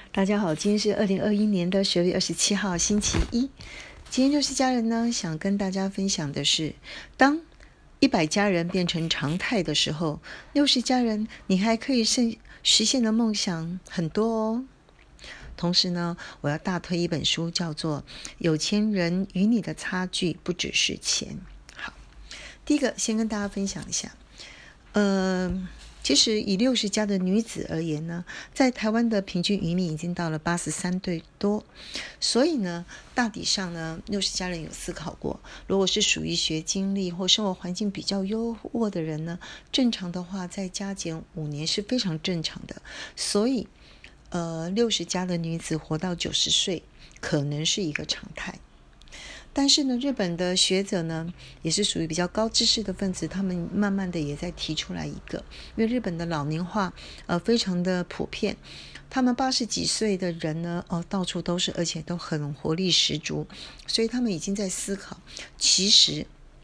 大家好，今天是2021年12月27号星期一。今天60家人呢，想跟大家分享的是，当100家人变成常态的时候，60家人你还可以实现的梦想很多哦。同时呢，我要大推一本书，叫做《有钱人与你的差距不只是钱》。好，第一个先跟大家分享一下，其实以60加的女子而言呢，在台湾的平均余命已经到了83岁多，所以呢，大体上呢，60家人有思考过，如果是属于学经历或生活环境比较优渥的人呢，正常的话再加减5年是非常正常的，所以60加的女子活到90岁可能是一个常态。但是呢，日本的学者呢，也是属于比较高知识的分子，他们慢慢的也在提出来一个，因为日本的老龄化非常的普遍，他们80几岁的人呢，到处都是，而且都很活力十足，所以他们已经在思考，其实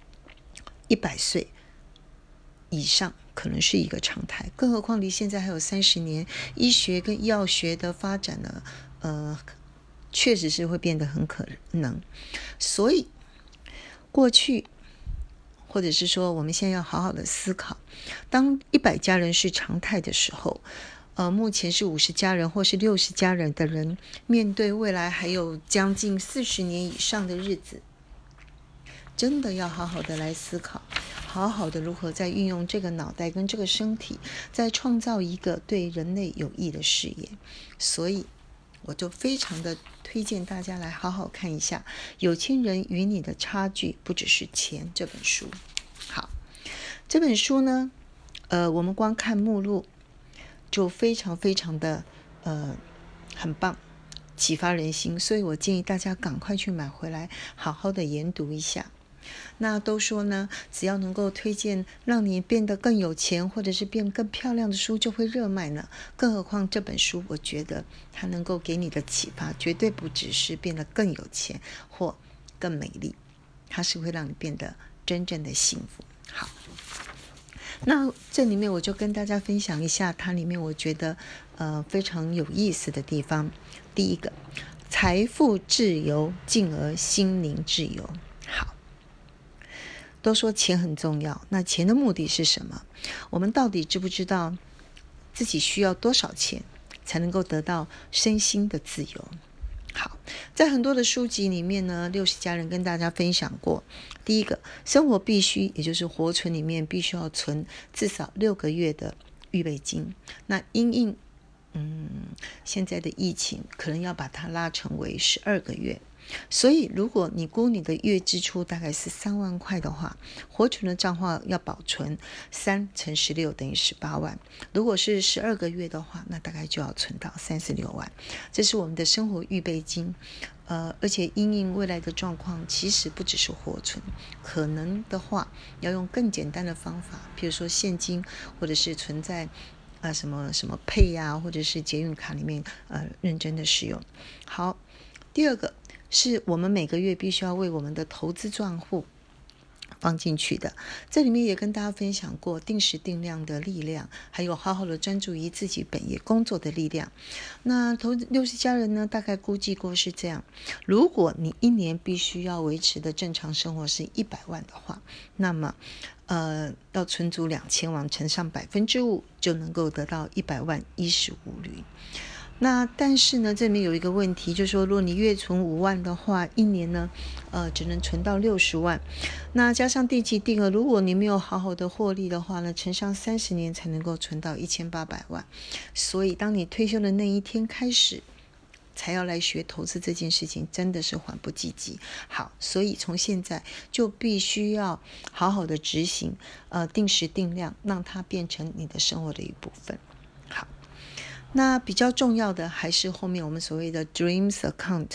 100岁以上可能是一个常态，更何况离现在还有30年，医学跟医药学的发展呢，确实是会变得很可能，所以过去或者是说我们现在要好好的思考，当100家人是常态的时候，目前是50家人或是60家人的人，面对未来还有将近40年以上的日子，真的要好好的来思考，好好的如何在运用这个脑袋跟这个身体，在创造一个对人类有益的事业。所以我就非常的推荐大家来好好看一下《有钱人与你的差距不只是钱》这本书。好，这本书呢，我们光看目录就非常非常的很棒，启发人心，所以我建议大家赶快去买回来，好好的研读一下。那都说呢，只要能够推荐让你变得更有钱或者是变更漂亮的书就会热卖呢，更何况这本书我觉得它能够给你的启发绝对不只是变得更有钱或更美丽，它是会让你变得真正的幸福。好，那这里面我就跟大家分享一下它里面我觉得非常有意思的地方。第一个，财富自由进而心灵自由。好，都说钱很重要，那钱的目的是什么？我们到底知不知道自己需要多少钱才能够得到身心的自由？好，在很多的书籍里面呢，60家人跟大家分享过，第一个，生活必须，也就是活存里面必须要存至少6个月的预备金。那因应现在的疫情，可能要把它拉成为12个月。所以如果你估你的月支出大概是3万块的话，活存的账户要保存3乘16等于18万，如果是12个月的话，那大概就要存到36万，这是我们的生活预备金。而且因应未来的状况，其实不只是活存，可能的话要用更简单的方法，比如说现金，或者是存在什么什么配呀，或者是捷运卡里面认真的使用。好，第二个是我们每个月必须要为我们的投资账户放进去的，这里面也跟大家分享过定时定量的力量，还有好好的专注于自己本业工作的力量。那60家人呢，大概估计过是这样，如果你1年必须要维持的正常生活是100万的话，那么要存足2000万乘上5%，就能够得到100万15厘。那但是呢，这里面有一个问题，就是说如果你月存5万的话，1年呢只能存到60万，那加上定期定额，如果你没有好好的获利的话呢，乘上30年才能够存到1800万。所以当你退休的那一天开始才要来学投资这件事情，真的是缓不济急。好，所以从现在就必须要好好的执行定时定量，让它变成你的生活的一部分。好，那比较重要的还是后面我们所谓的 Dreams Account，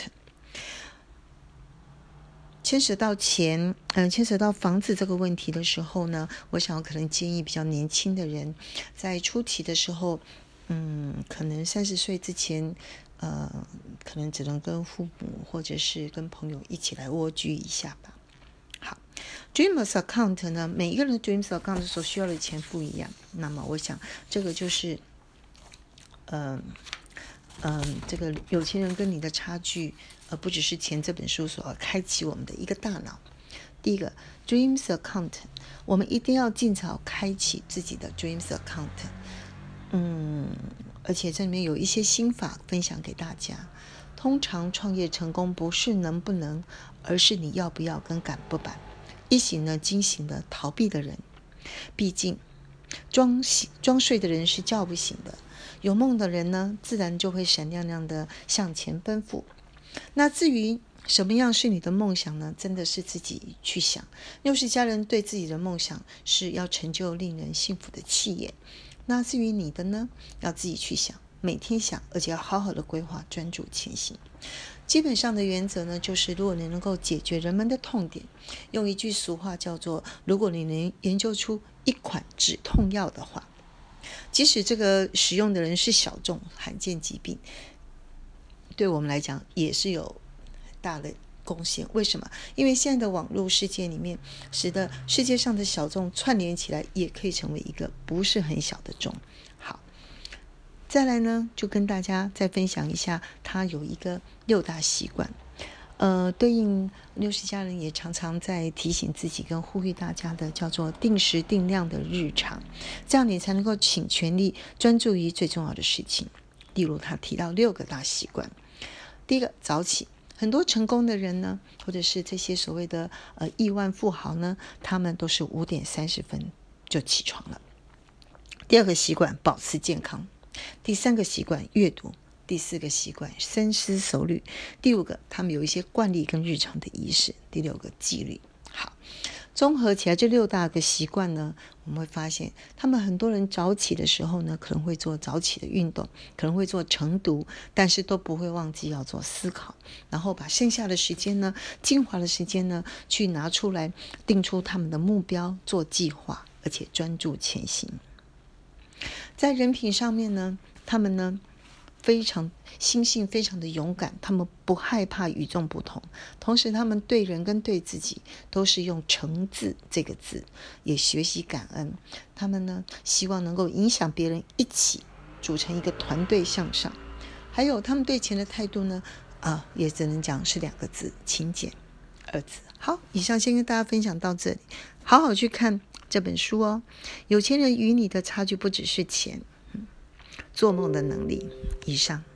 牵扯到钱牵扯到房子这个问题的时候呢，我想可能建议比较年轻的人在初期的时候可能30岁之前可能只能跟父母或者是跟朋友一起来蜗居一下吧。好， Dreamers Account 呢，每一个人的 Dreamers Account 所需要的钱不一样，那么我想这个就是这个有钱人跟你的差距，不只是钱这本书所开启我们的一个大脑。第一个 Dreams Account， 我们一定要尽早开启自己的 Dreams Account。而且这里面有一些心法分享给大家。通常创业成功不是能不能，而是你要不要跟敢不敢。一醒呢惊醒的逃避的人，毕竟装睡的人是叫不醒的。有梦的人呢，自然就会闪亮亮的向前奔赴。那至于什么样是你的梦想呢？真的是自己去想。60家人对自己的梦想是要成就令人幸福的企业。那至于你的呢，要自己去想，每天想，而且要好好的规划，专注前行。基本上的原则呢，就是如果你能够解决人们的痛点，用一句俗话叫做，如果你能研究出一款止痛药的话，即使这个使用的人是小众罕见疾病，对我们来讲也是有很大的贡献。为什么？因为现在的网络世界里面，使得世界上的小众串联起来，也可以成为一个不是很小的众。好，再来呢，就跟大家再分享一下，他有一个6大习惯。对应60家人也常常在提醒自己跟呼吁大家的，叫做定时定量的日常，这样你才能够倾全力专注于最重要的事情。例如他提到6个大习惯。第一个，早起。很多成功的人呢，或者是这些所谓的亿万富豪呢，他们都是5点30分就起床了。第2个习惯，保持健康。第3个习惯，阅读。第4个习惯，深思熟虑。第5个，他们有一些惯例跟日常的仪式。第6个，纪律。好，综合起来这6大个习惯呢，我们会发现他们很多人早起的时候呢，可能会做早起的运动，可能会做晨读，但是都不会忘记要做思考，然后把剩下的时间呢，精华的时间呢，去拿出来定出他们的目标，做计划，而且专注前行。在人品上面呢，他们呢非常心性非常的勇敢，他们不害怕与众不同，同时他们对人跟对自己都是用诚字这个字，也学习感恩。他们呢希望能够影响别人，一起组成一个团队向上。还有他们对钱的态度呢，也只能讲是2个字，勤俭2字。好，以上先跟大家分享到这里，好好去看这本书哦。有钱人与你的差距不只是钱，做梦的能力。以上。